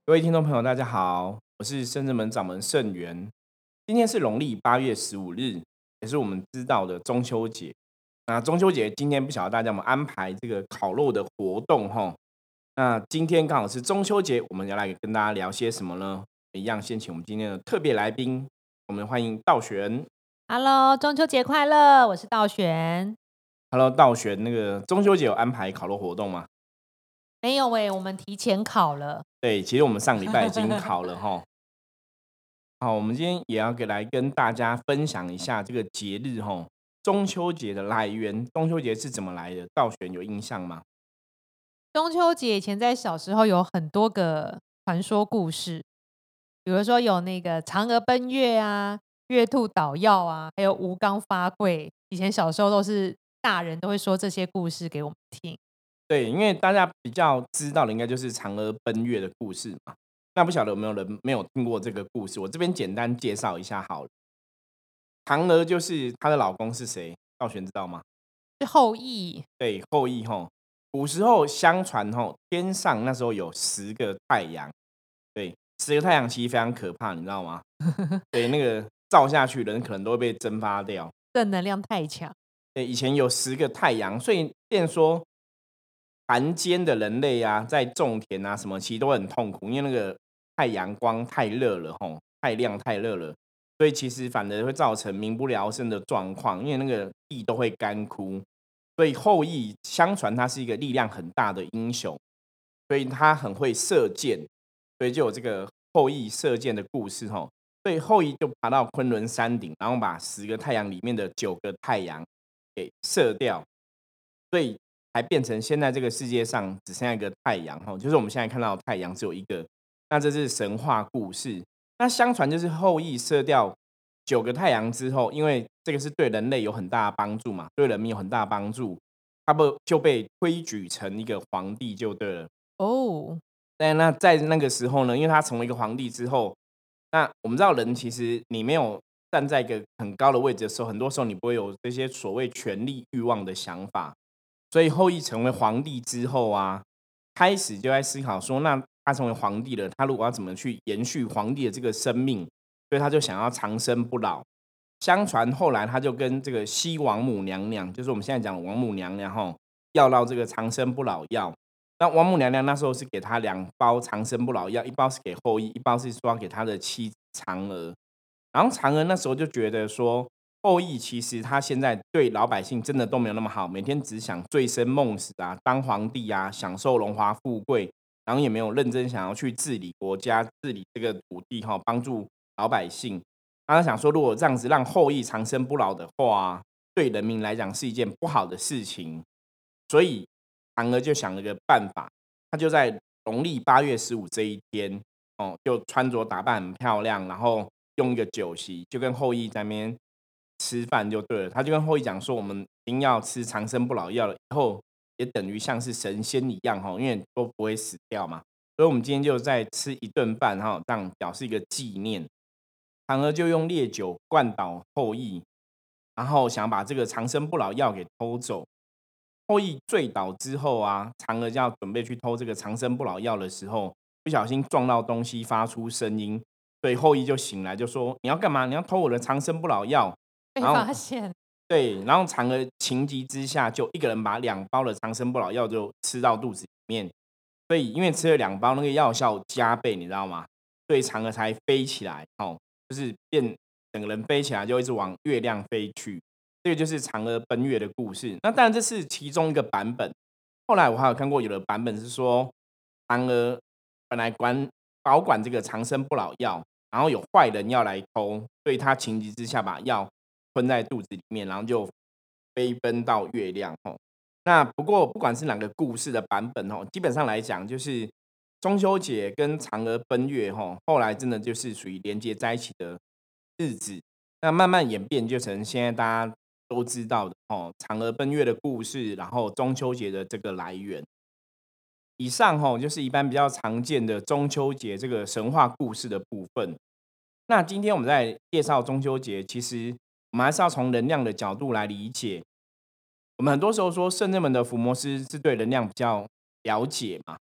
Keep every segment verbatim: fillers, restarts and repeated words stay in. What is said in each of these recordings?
各位听众朋友，大家好，我是圣真门掌门圣元。今天是农历八月十五日，也是我们知道的中秋节。那中秋节今天不晓得大家有没有安排这个烤肉的活动哈？那今天刚好是中秋节，我们要来跟大家聊些什么呢？一样，先请我们今天的特别来宾，我们欢迎道玄。 Hello，中秋节快乐！我是道玄。 Hello，道玄，那个中秋节有安排烤肉活动吗？ 没有诶，我们提前考了。 对，其实我们上礼拜已经烤了哈。好，我们今天也要给来跟大家分享一下这个节日哈，中秋节的来源。中秋节是怎么来的？道玄有印象吗？ 中秋节以前在小时候有很多个传说故事，比如说有那个嫦娥奔月啊、月兔捣药啊，还有吴刚发桂。以前小时候都是大人都会说这些故事给我们听。 对，因为大家比较知道的应该就是嫦娥奔月的故事嘛。那不晓得有没有人没有听过这个故事？我这边简单介绍一下好了。嫦娥就是她的老公是谁？道玄知道吗？ 是后羿。 对，后羿吼。古时候相传吼，天上那时候有十个太阳，对，十个太阳其实非常可怕，你知道吗？对，那个照下去，人可能都会被蒸发掉。 正能量太强。 对，以前有十个太阳，所以变说凡间的人类啊，在种田啊什么，其实都很痛苦，因为那个太阳光太热了吼，太亮太热了，所以其实反而会造成民不聊生的状况，因为那个地都会干枯。所以后羿相传他是一个力量很大的英雄，所以他很会射箭，所以就有这个后羿射箭的故事吼。所以后羿就爬到昆仑山顶，然后把十个太阳里面的九个太阳给射掉，所以才变成现在这个世界上只剩下一个太阳哈，就是我们现在看到的太阳只有一个。那这是神话故事。那相传就是后羿射掉九个太阳之后，因为这个是对人类有很大的帮助嘛，对人民有很大的帮助，他不就被推举成一个皇帝就对了。 哦。 但那在那个时候呢，因为他成为一个皇帝之后，那我们知道人其实你没有站在一个很高的位置的时候，很多时候你不会有这些所谓权力欲望的想法。所以后羿成为皇帝之后啊，开始就在思考说，那他成为皇帝了，他如果要怎么去延续皇帝的这个生命，所以他就想要长生不老。相传后来他就跟这个西王母娘娘，就是我们现在讲的王母娘娘哈，要到这个长生不老药。那王母娘娘那时候是给他两包长生不老药，一包是给后羿，一包是说要给他的妻子嫦娥。然后嫦娥那时候就觉得说，后羿其实他现在对老百姓真的都没有那么好，每天只想醉生梦死啊，当皇帝啊，享受荣华富贵，然后也没有认真想要去治理国家、治理这个土地哈，帮助老百姓。他想说，如果这样子让后羿长生不老的话，对人民来讲是一件不好的事情。所以嫦娥就想了个办法，她就在农历八月十五这一天，哦，就穿着打扮很漂亮，然后用一个酒席，就跟后羿在那边吃饭就对了。他就跟后羿讲说，我们一定要吃长生不老药了，以后也等于像是神仙一样哈，因为都不会死掉嘛。所以我们今天就再吃一顿饭哈，这样表示一个纪念。嫦娥就用烈酒灌倒后羿，然后想把这个长生不老药给偷走。后羿醉倒之后啊，嫦娥就要准备去偷这个长生不老药的时候，不小心撞到东西，发出声音，所以后羿就醒来，就说：“你要干嘛？你要偷我的长生不老药？” 被然后发现。 对，然后嫦娥情急之下，就一个人把两包的长生不老药就吃到肚子里面。所以因为吃了两包，那个药效加倍，你知道吗？所以嫦娥才飞起来，哦，就是变整个人飞起来，就一直往月亮飞去。这个就是嫦娥奔月的故事。那当然这是其中一个版本。后来我还有看过有的版本是说，嫦娥本来管保管这个长生不老药，然后有坏人要来偷，所以他情急之下把药吞在肚子里面，然后就飞奔到月亮。吼，那不过不管是哪个故事的版本哦，基本上来讲就是中秋节跟嫦娥奔月吼，后来真的就是属于连接在一起的日子。那慢慢演变就成现在大家都知道的哦，嫦娥奔月的故事，然后中秋节的这个来源。以上吼就是一般比较常见的中秋节这个神话故事的部分。那今天我们在介绍中秋节，其实我们还是要从能量的角度来理解。我们很多时候说圣人们的伏魔师是对能量比较了解嘛，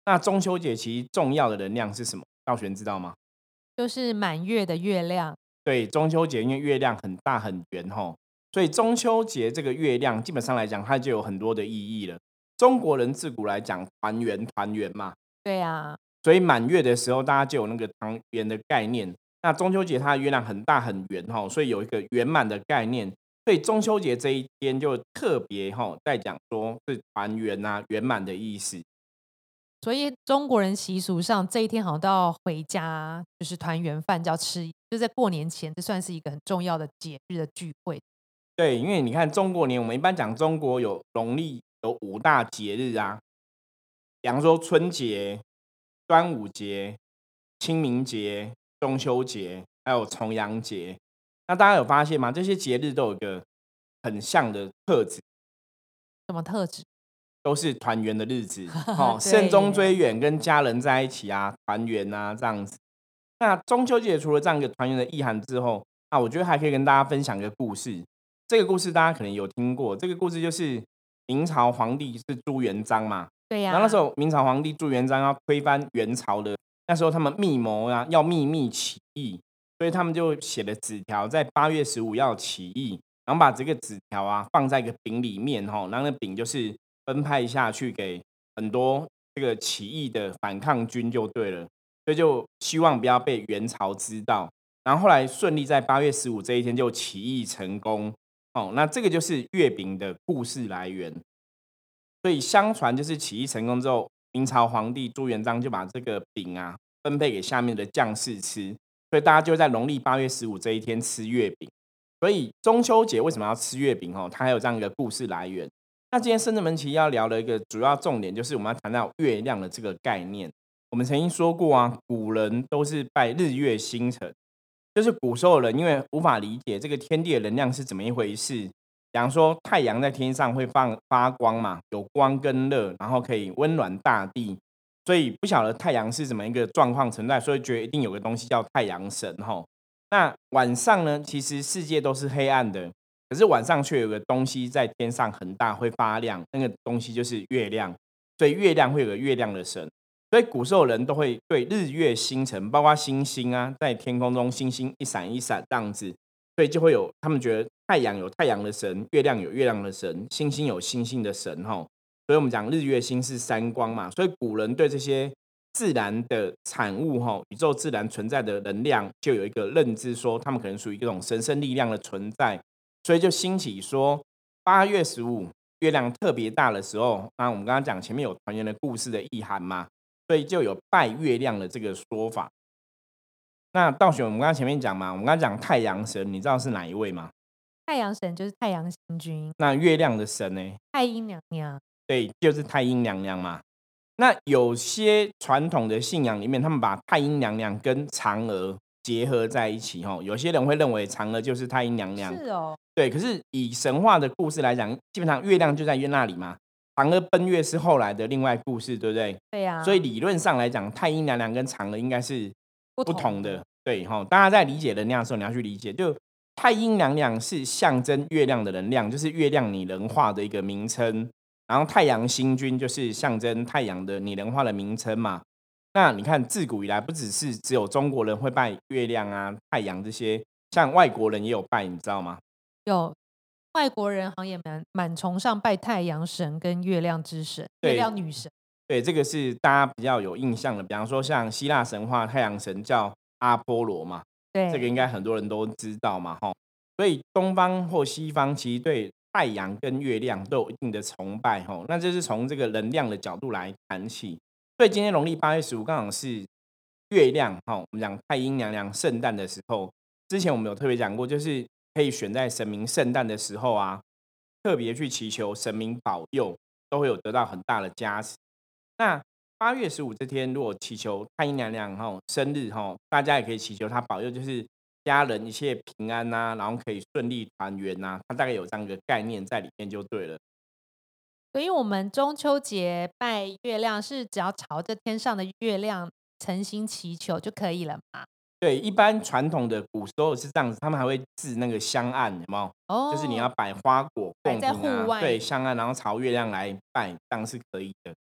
那中秋节其实重要的能量是什么？道玄知道吗？ 就是满月的月亮。 对，中秋节因为月亮很大很圆吼，所以中秋节这个月亮基本上来讲，它就有很多的意义了。中国人自古来讲团圆团圆嘛， 对啊， 所以满月的时候大家就有那个团圆的概念。那中秋节它的月亮很大很圆吼，所以有一个圆满的概念。所以中秋节这一天就特别吼在讲说是团圆啊圆满的意思。 所以中国人习俗上这一天好像都要回家，就是团圆饭，就要吃，就在过年前，这算是一个很重要的节日的聚会。 对，因为你看中国年，我们一般讲中国有农历有五大节日啊，比方说春节、端午节、清明节、中秋节，还有重阳节。那大家有发现吗？这些节日都有一个很像的特质， 什么特质？ 都是团圆的日子。哦，慎对终追耶， 远，跟家人在一起啊，团圆啊，这样子。那中秋节除了这样一个团圆的意涵之后，啊，我觉得还可以跟大家分享一个故事。这个故事大家可能有听过，这个故事就是明朝皇帝是朱元璋嘛。 对呀、 然后那时候明朝皇帝朱元璋要推翻元朝的，那时候他们密谋啊，要秘密起义，所以他们就写了纸条，在八月十五要起义，然后把这个纸条啊放在一个饼里面哈，然后那饼就是分派下去给很多这个起义的反抗军就对了。所以就希望不要被元朝知道。然后后来顺利在八月十五这一天就起义成功。哦，那这个就是月饼的故事来源。所以相传就是起义成功之后，明朝皇帝朱元璋就把这个饼啊分配给下面的将士吃，所以大家就在农历八月十五这一天吃月饼。所以中秋节为什么要吃月饼？哦，它还有这样一个故事来源。那今天圣智门其实要聊的一个主要重点，就是我们要谈到月亮的这个概念。我们曾经说过啊，古人都是拜日月星辰，就是古时候的人因为无法理解这个天地的能量是怎么一回事。比方说太阳在天上会放发光嘛，有光跟热，然后可以温暖大地，所以不晓得太阳是怎么一个状况存在，所以觉得一定有个东西叫太阳神吼。那晚上呢，其实世界都是黑暗的，可是晚上却有个东西在天上很大会发亮，那个东西就是月亮，所以月亮会有个月亮的神。所以古时候人都会对日月星辰，包括星星啊，在天空中星星一闪一闪这样子，所以就会有他们觉得太阳有太阳的神，月亮有月亮的神，星星有星星的神哈。所以我们讲日月星是三光嘛，所以古人对这些自然的产物哈，宇宙自然存在的能量，就有一个认知说，他们可能属于一种神圣力量的存在，所以就兴起说八月十五月亮特别大的时候，那我们刚刚讲前面有团圆的故事的意涵嘛。所以就有拜月亮的这个说法。那道玄，我们刚刚前面讲嘛，我们刚刚讲太阳神，你知道是哪一位吗？ 太阳神就是太阳星君， 那月亮的神呢？ 太阴娘娘。 对，就是太阴娘娘嘛。那有些传统的信仰里面，他们把太阴娘娘跟嫦娥结合在一起哦。有些人会认为嫦娥就是太阴娘娘， 是哦， 对。可是以神话的故事来讲，基本上月亮就在月那里嘛。嫦娥奔月是后来的另外故事，对不对？ 对呀、 所以理论上来讲，太阴娘娘跟嫦娥应该是不不同同的的，对哈。大家在理解能量的时候，你要去理解，就太阴娘娘是象征月亮的能量，就是月亮拟人化的一个名称。然后太阳星君就是象征太阳的拟人化的名称嘛。那你看，自古以来不只是只有中国人会拜月亮啊、太阳这些，像外国人也有拜，你知道吗？ 有外国人好像也蛮蛮崇尚拜太阳神跟月亮之神、月对亮女神。 对，这个是大家比较有印象的。比方说，像希腊神话，太阳神叫阿波罗嘛，这个对， 应该很多人都知道嘛，哈。所以东方或西方其实对太阳跟月亮都有一定的崇拜，哈。那这是从这个能量的角度来谈起。所以今天农历八月十五刚好是月亮，哈，我们讲太阴娘娘圣诞的时候。之前我们有特别讲过，就是可以选在神明圣诞的时候啊，特别去祈求神明保佑，都会有得到很大的加持。那八月十五这天，如果祈求太阴娘娘哈生日哈，大家也可以祈求她保佑，就是家人一切平安呐、然后可以顺利团圆呐、它大概有这样一个概念在里面就对了。 所以我们中秋节拜月亮是只要朝着天上的月亮诚心祈求就可以了嘛？ 对，一般传统的古时候是这样子，他们还会置那个香案，有没有？就是你要哦， 摆花果摆在贡品啊， 户外。 对，香案，然后朝月亮来拜，这样是可以的。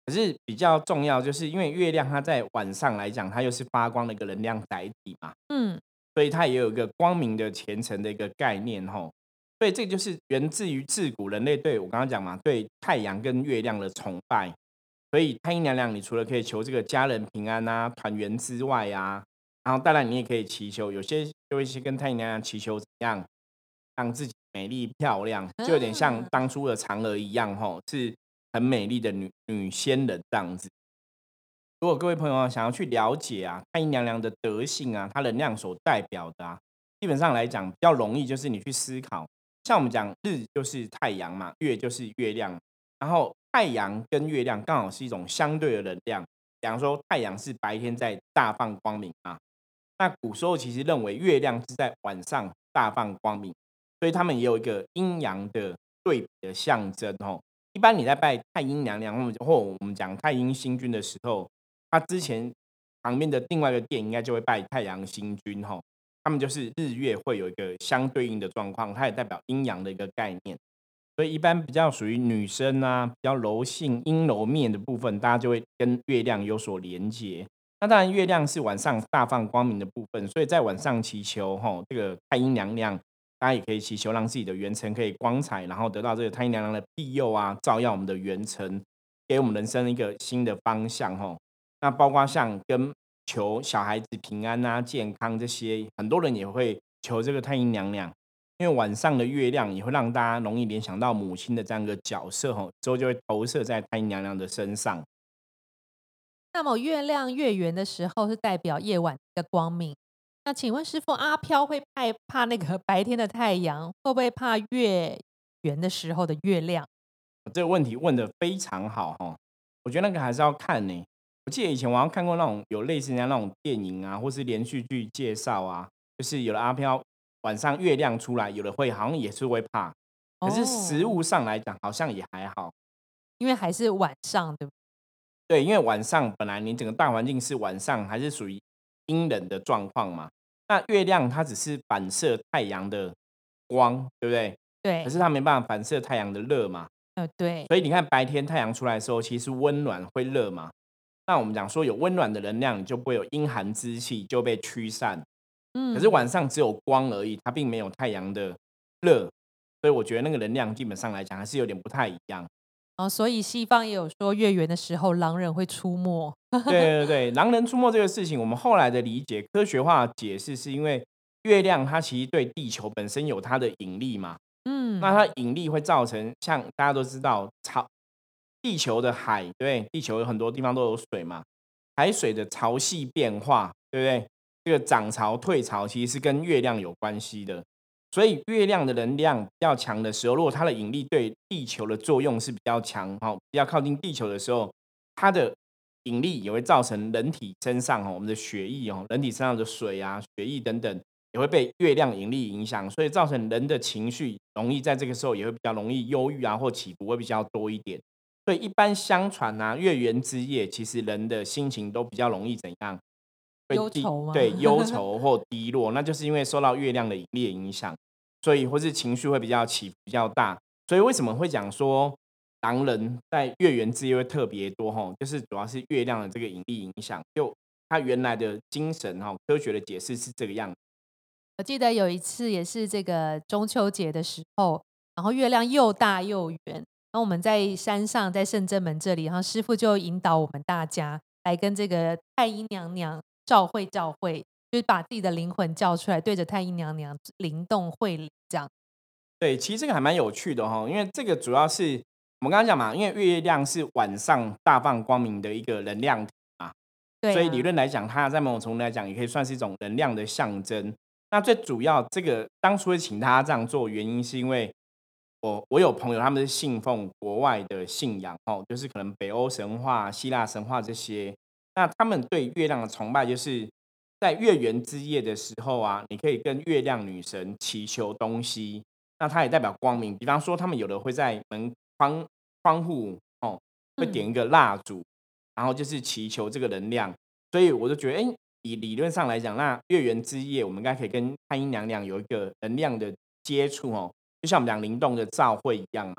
可是比较重要，就是因为月亮它在晚上来讲，它又是发光的一个能量载体嘛， 嗯， 所以它也有一个光明的前程的一个概念吼。所以这就是源自于自古人类对我刚刚讲嘛，对太阳跟月亮的崇拜。所以太阴娘娘，你除了可以求这个家人平安啊、团圆之外啊，然后当然你也可以祈求，有些就会去跟太阴娘娘祈求怎样让自己美丽漂亮，就有点像啊， 当初的嫦娥一样吼，是很美丽的女女仙人这样子。如果各位朋友啊想要去了解啊太阴娘娘的德性啊，她能量所代表的啊，基本上来讲比较容易，就是你去思考，像我们讲日就是太阳嘛，月就是月亮，然后太阳跟月亮刚好是一种相对的能量。比方说太阳是白天在大放光明嘛，那古时候其实认为月亮是在晚上大放光明，所以他们也有一个阴阳的对比的象征哦。一般你在拜太阴娘娘或或我们讲太阴星君的时候，他之前旁边的另外一个殿应该就会拜太阳星君哈，他们就是日月会有一个相对应的状况，它也代表阴阳的一个概念。所以一般比较属于女生啊，比较柔性阴柔面的部分，大家就会跟月亮有所连接。那当然，月亮是晚上大放光明的部分，所以在晚上祈求吼，这个太阴娘娘，大家也可以祈求让自己的元辰可以光彩，然后得到这个太阴娘娘的庇佑啊，照耀我们的元辰，给我们人生一个新的方向吼。那包括像跟求小孩子平安啊、健康这些，很多人也会求这个太阴娘娘。因为晚上的月亮也会让大家容易联想到母亲的这样一个角色吼，之后就会投射在太阴娘娘的身上。 那么月亮月圆的时候是代表夜晚的光明。那请问师傅，阿飘会害怕那个白天的太阳，会不会怕月圆的时候的月亮？ 这个问题问得非常好哈，我觉得那个还是要看呢。我记得以前我好像看过那种有类似人家那种电影啊，或是连续剧介绍啊，就是有的阿飘晚上月亮出来，有的会好像也是会怕，可是实哦， 物上来讲好像也还好。 因为还是晚上，对不对？ 对，因为晚上本来你整个大环境是晚上还是属于阴冷的状况嘛，那月亮它只是反射太阳的光，对不对？可对， 是它没办法反射太阳的热嘛， 呃，对， 所以你看白天太阳出来的时候，其实温暖会热嘛。那我们讲说有温暖的能量，你就不会有阴寒之气就被驱散。可是嗯。 晚上只有光而已，它并没有太阳的热，所以我觉得那个能量基本上来讲还是有点不太一样。 哦，所以西方也有说月圆的时候狼人会出没。 对对对，狼人出没这个事情，我们后来的理解，科学化的解释是因为月亮它其实对地球本身有它的引力嘛，那嗯， 它引力会造成像大家都知道潮地球的海，对，地球有很多地方都有水嘛，海水的潮汐变化，对不对？这个涨潮退潮其实是跟月亮有关系的，所以月亮的能量比较强的时候，如果它的引力对地球的作用是比较强，哦，比较靠近地球的时候，它的引力也会造成人体身上哦，我们的血液哦，人体身上的水啊、血液等等，也会被月亮引力影响，所以造成人的情绪容易在这个时候也会比较容易忧郁啊，或起伏会比较多一点。所以一般相传啊，月圆之夜，其实人的心情都比较容易怎样？会忧低愁吗？ 对忧愁或低落，那就是因为受到月亮的引力的影响，所以或是情绪会比较起伏比较大。所以为什么会讲说狼人在月圆之夜会特别多？吼，就是主要是月亮的这个引力影响，就它原来的精神哈，科学的解释是这个样子。 我记得有一次也是这个中秋节的时候，然后月亮又大又圆，然后我们在山上，在圣真门这里，然后师傅就引导我们大家来跟这个太阴娘娘召会召会，就是把自己的灵魂叫出来，对着太阴娘娘灵动会灵这样。 对，其实这个还蛮有趣的哈，因为这个主要是我们刚刚讲嘛，因为月亮是晚上大放光明的一个能量体嘛，所以理对啊， 论来讲，它在某种程度来讲，也可以算是一种能量的象征。那最主要，这个当初会请他这样做，原因是因为我我有朋友他们是信奉国外的信仰哦，就是可能北欧神话、希腊神话这些。那他们对月亮的崇拜，就是在月圆之夜的时候啊，你可以跟月亮女神祈求东西，那它也代表光明。比方说，他们有的会在门窗窗户哦，会点嗯。 一个蜡烛，然后就是祈求这个能量。所以我就觉得，哎，以理论上来讲，那月圆之夜，我们应该可以跟太阴娘娘有一个能量的接触哦，就像我们讲灵动的召会一样嘛。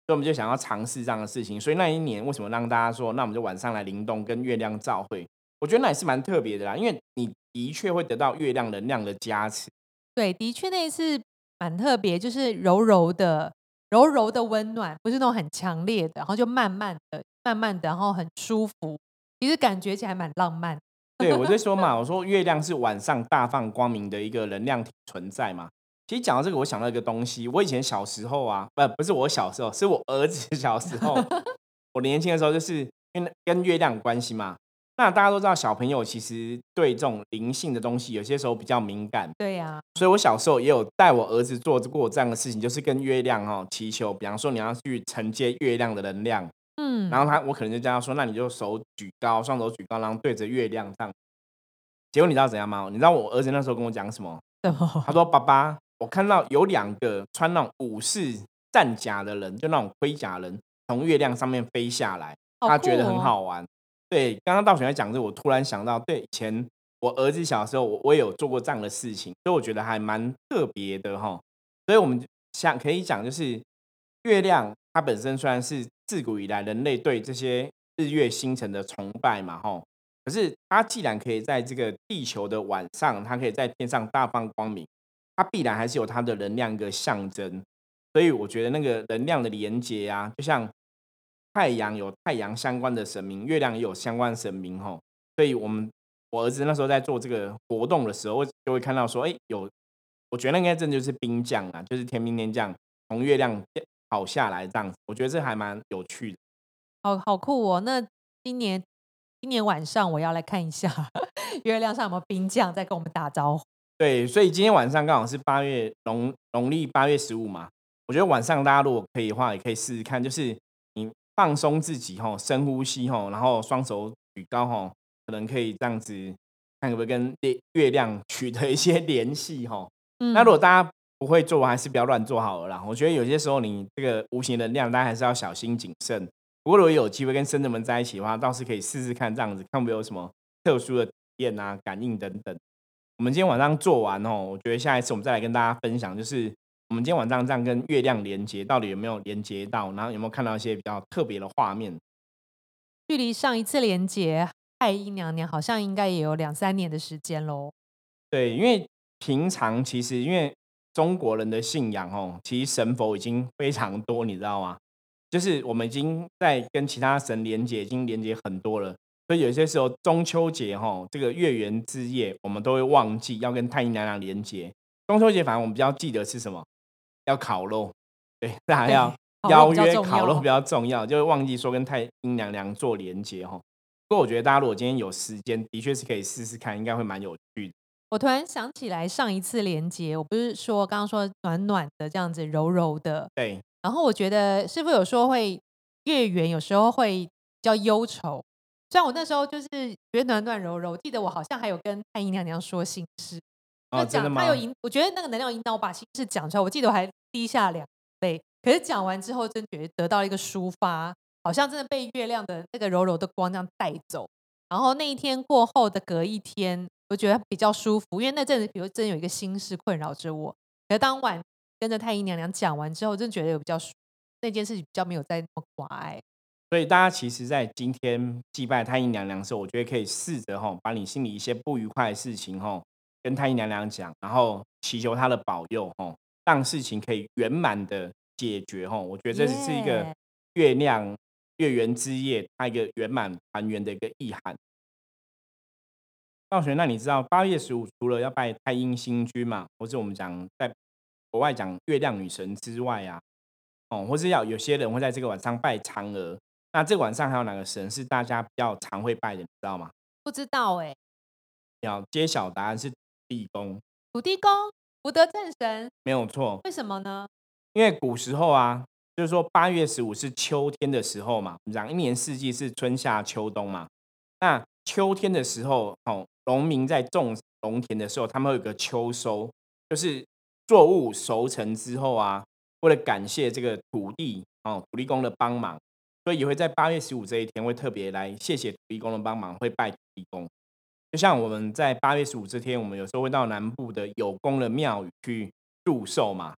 所以我们就想要尝试这样的事情。所以那一年为什么让大家说，那我们就晚上来灵动跟月亮照会？我觉得那也是蛮特别的啦，因为你的确会得到月亮能量的加持。 对，的确那一次蛮特别，就是柔柔的、柔柔的温暖，不是那种很强烈的，然后就慢慢的、慢慢的，然后很舒服，其实感觉起来蛮浪漫。 对，我就说嘛，我说月亮是晚上大放光明的一个能量体存在嘛。其实讲到这个，我想到一个东西，我以前小时候啊，不不是我小时候，是我儿子小时候，我年轻的时候，就是因为跟月亮有关系嘛。那大家都知道，小朋友其实对这种灵性的东西，有些时候比较敏感， 对呀、 所以我小时候也有带我儿子做过这样的事情，就是跟月亮哦祈求，比方说你要去承接月亮的能量，然后嗯， 他我可能就叫他说，那你就手举高，双手举高，然后对着月亮这样。结果你知道怎样吗？你知道我儿子那时候跟我讲什么？ 怎么？ 他说：“爸爸，我看到有两个穿那种武士战甲的人，就那种盔甲人，从月亮上面飞下来， 好他觉得很酷哦！ 好玩。”对，刚刚道玄在讲这个，我突然想到，对，以前我儿子小时候，我我也有做过这样的事情，所以我觉得还蛮特别的哈。所以我们想可以讲，就是月亮它本身虽然是自古以来人类对这些日月星辰的崇拜嘛，哈，可是它既然可以在这个地球的晚上，它可以在天上大放光明，它必然还是有它的能量一个象征。所以我觉得那个能量的连接啊，就像太阳有太阳相关的神明，月亮也有相关的神明吼。所以我们我儿子那时候在做这个活动的时候，就会看到说，哎，有，我觉得那应该真的就是兵将啊，就是天兵天将从月亮跑下来这样子，我觉得这还蛮有趣的。 好好酷哦！那今年今年晚上我要来看一下月亮上有没有冰将在跟我们打招呼。 对，所以今天晚上刚好是八月农农历八月十五嘛，我觉得晚上大家如果可以的话，也可以试试看，就是你放松自己吼，深呼吸吼，然后双手举高吼，可能可以这样子，看可不可以跟月月亮取得一些联系吼。那如嗯， 果大家不会做，还是不要乱做好了啦。我觉得有些时候你这个无形能量，大家还是要小心谨慎。不过如果有机会跟生人们在一起的话，倒是可以试试看这样子，看有没有什么特殊的体验啊、感应等等。我们今天晚上做完哦，我觉得下一次我们再来跟大家分享，就是我们今天晚上这样跟月亮连接，到底有没有连接到，然后有没有看到一些比较特别的画面？ 距离上一次连结太阴娘娘好像应该也有两三年的时间喽。 对，因为平常其实因为中国人的信仰哦，其实神佛已经非常多，你知道吗？就是我们已经在跟其他神连接，已经连接很多了。所以有些时候中秋节哈，这个月圆之夜，我们都会忘记要跟太阴娘娘连接。中秋节反而我们比较记得是什么？要烤肉，对，这还要对，烤肉比较邀约重要。 烤肉比较重要，就会忘记说跟太阴娘娘做连接哈。不过我觉得大家如果今天有时间，的确是可以试试看，应该会蛮有趣的。 我突然想起来上一次连结，我不是说刚刚说暖暖的这样子柔柔的， 对， 然后我觉得师傅有说会月圆，有时候会比较忧愁。虽然我那时候就是觉得暖暖柔柔，我记得我好像还有跟太阴娘娘说心事，就哦，真的吗？ 讲他有引，我觉得那个能量引导我把心事讲出来，我记得我还滴下两泪。可是讲完之后，真觉得得到了一个抒发，好像真的被月亮的那个柔柔的光这样带走。然后那一天过后的隔一天，我觉得比较舒服，因为那阵子比如真有一个心事困扰着我。可是当晚跟着太阴娘娘讲完之后，真的觉得有比较舒那件事情比较没有再那么寡爱。 所以大家其实，在今天祭拜太阴娘娘的时候，我觉得可以试着哈，把你心里一些不愉快的事情哈，跟太阴娘娘讲，然后祈求她的保佑哈，让事情可以圆满的解决哈。我觉得这只是一个耶！ 月亮月圆之夜，它一个圆满团圆的一个意涵。道玄，那你知道八月十五除了要拜太阴星君嘛，或是我们讲在国外讲月亮女神之外啊，哦，或是要有些人会在这个晚上拜嫦娥。那这个晚上还有哪个神是大家比较常会拜的，你知道吗？ 不知道哎、 要揭晓答案是地公， 土地公、福德正神， 没有错。 为什么呢？ 因为古时候啊，就是说八月十五是秋天的时候嘛，我们讲一年四季是春夏秋冬嘛。那秋天的时候，哦，农民在种农田的时候，他们会有个秋收，就是作物熟成之后啊，为了感谢这个土地哦，土地公的帮忙，所以也会在八月十五这一天会特别来谢谢土地公的帮忙，会拜土地公。就像我们在八月十五这天，我们有时候会到南部的有功的庙宇去祝寿嘛，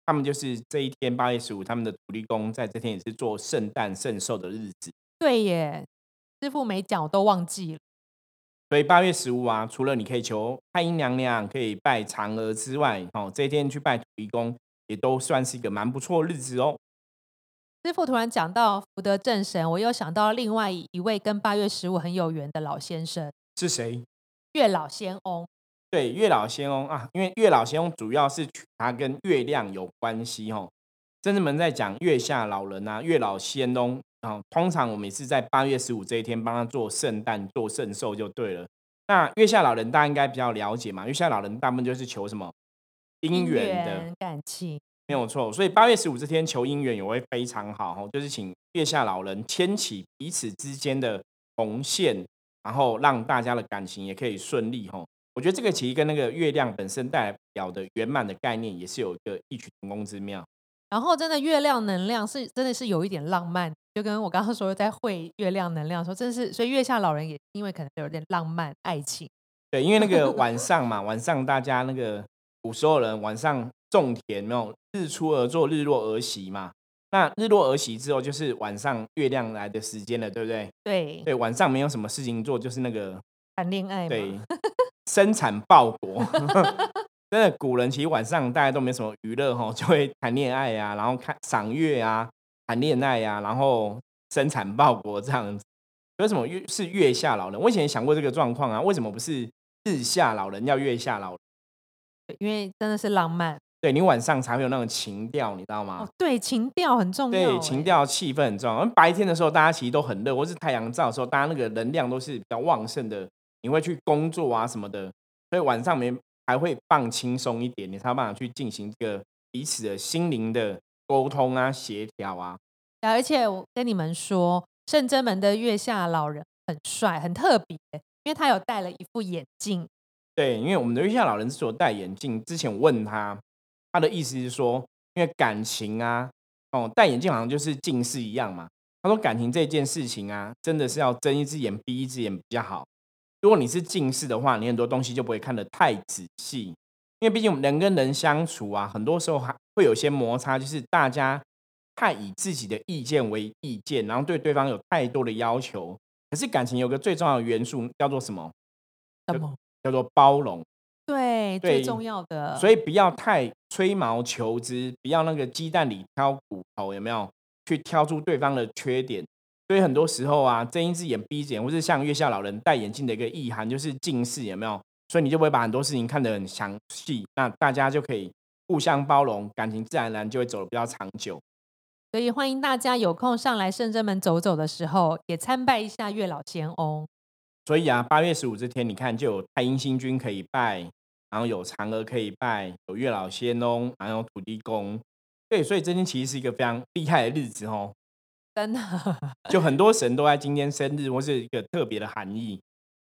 他们就是这一天八月十五，他们的土地公在这天也是做圣诞圣寿的日子。 对耶，师傅没讲我都忘记了。 所以八月十五啊，除了你可以求太阴娘娘，可以拜嫦娥之外，哦，这一天去拜土地公，也都算是一个蛮不错的日子哦。 师傅突然讲到福德正神，我又想到另外一位跟八月十五很有缘的老先生是谁？ 月老仙翁。 对，月老仙翁啊，因为月老仙翁主要是取它跟月亮有关系哦。真正们在讲月下老人啊，月老仙翁啊，通常我们也是在八月十五这一天帮他做圣诞、做圣寿就对了。那月下老人大家应该比较了解嘛，月下老人大部分就是求什么姻姻缘的， 缘感情。 没有错。所以八月十五这天求姻缘也会非常好哦，就是请月下老人牵起彼此之间的红线，然后让大家的感情也可以顺利哦。我觉得这个其实跟那个月亮本身代表的圆满的概念，也是有一个异曲同工之妙。 然后真的月亮能量是真的是有一点浪漫，就跟我刚刚说在会月亮能量的时候，真的是所以月下老人也因为可能有点浪漫爱情。 对，因为那个晚上嘛，晚上大家那个古时候人晚上种田，没有日出而作，日落而息嘛。那日落而息之后，就是晚上月亮来的时间了，对不对？ 对， 对，晚上没有什么事情做，就是那个谈恋爱嘛。 对生产报国。真的，古人其实晚上大家都没什么娱乐哈，就会谈恋爱啊，然后看赏月啊，谈恋爱啊，然后生产报国这样子。为什么月是月下老人？我以前也想过这个状况啊，为什么不是日下老人，要月下老人？ 对因为真的是浪漫。 对你晚上才会有那种情调，你知道哦， 吗？ 对，情调很重要对， 欸。 情调气氛很重要。因为白天的时候，大家其实都很热，或是太阳照的时候，大家那个能量都是比较旺盛的，你会去工作啊什么的。所以晚上没还会放轻松一点，你才有办法去进行这个彼此的心灵的沟通啊、协调啊。 啊而且我跟你们说，圣真门的月下老人很帅，很特别，因为他有戴了一副眼镜。 对，因为我们的月下老人之所以戴眼镜，之前我问他，他的意思是说，因为感情啊，哦，戴眼镜好像就是近视一样嘛。他说感情这件事情啊，真的是要睁一只眼闭一只眼比较好。如果你是近视的话，你很多东西就不会看得太仔细，因为毕竟我们人跟人相处啊，很多时候还会有一些摩擦，就是大家太以自己的意见为意见，然后对对方有太多的要求。可是感情有个最重要的元素叫做什么？ 什么？ 叫做包容。 对，最对， 重要的。 所以不要太吹毛求疵，不要那个鸡蛋里挑骨头，有没有？去挑出对方的缺点。所以很多时候啊，睁一只眼闭一只眼，或是像月下老人戴眼镜的一个意涵，就是近视，有没有？所以你就不会把很多事情看得很详细，那大家就可以互相包容，感情自然而然就会走得比较长久。 所以欢迎大家有空上来圣真门走走的时候，也参拜一下月老仙翁。 所以啊，八月十五这天，你看就有太阴星君可以拜，然后有嫦娥可以拜，有月老仙翁，还有土地公。对，所以这天其实是一个非常厉害的日子哦。 真的。 就很多神都在今天生日，或是一个特别的含义。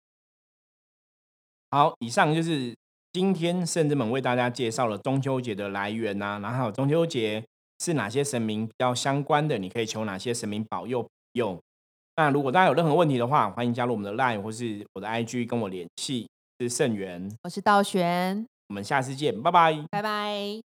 好，以上就是今天圣真门为大家介绍了中秋节的来源呐、然后还有中秋节是哪些神明比较相关的，你可以求哪些神明保佑佑。那如果大家有任何问题的话，欢迎加入我们的 LINE 或是我的 I G 跟我联系。是盛元， 我是道玄， 我们下次见，拜拜。 拜拜。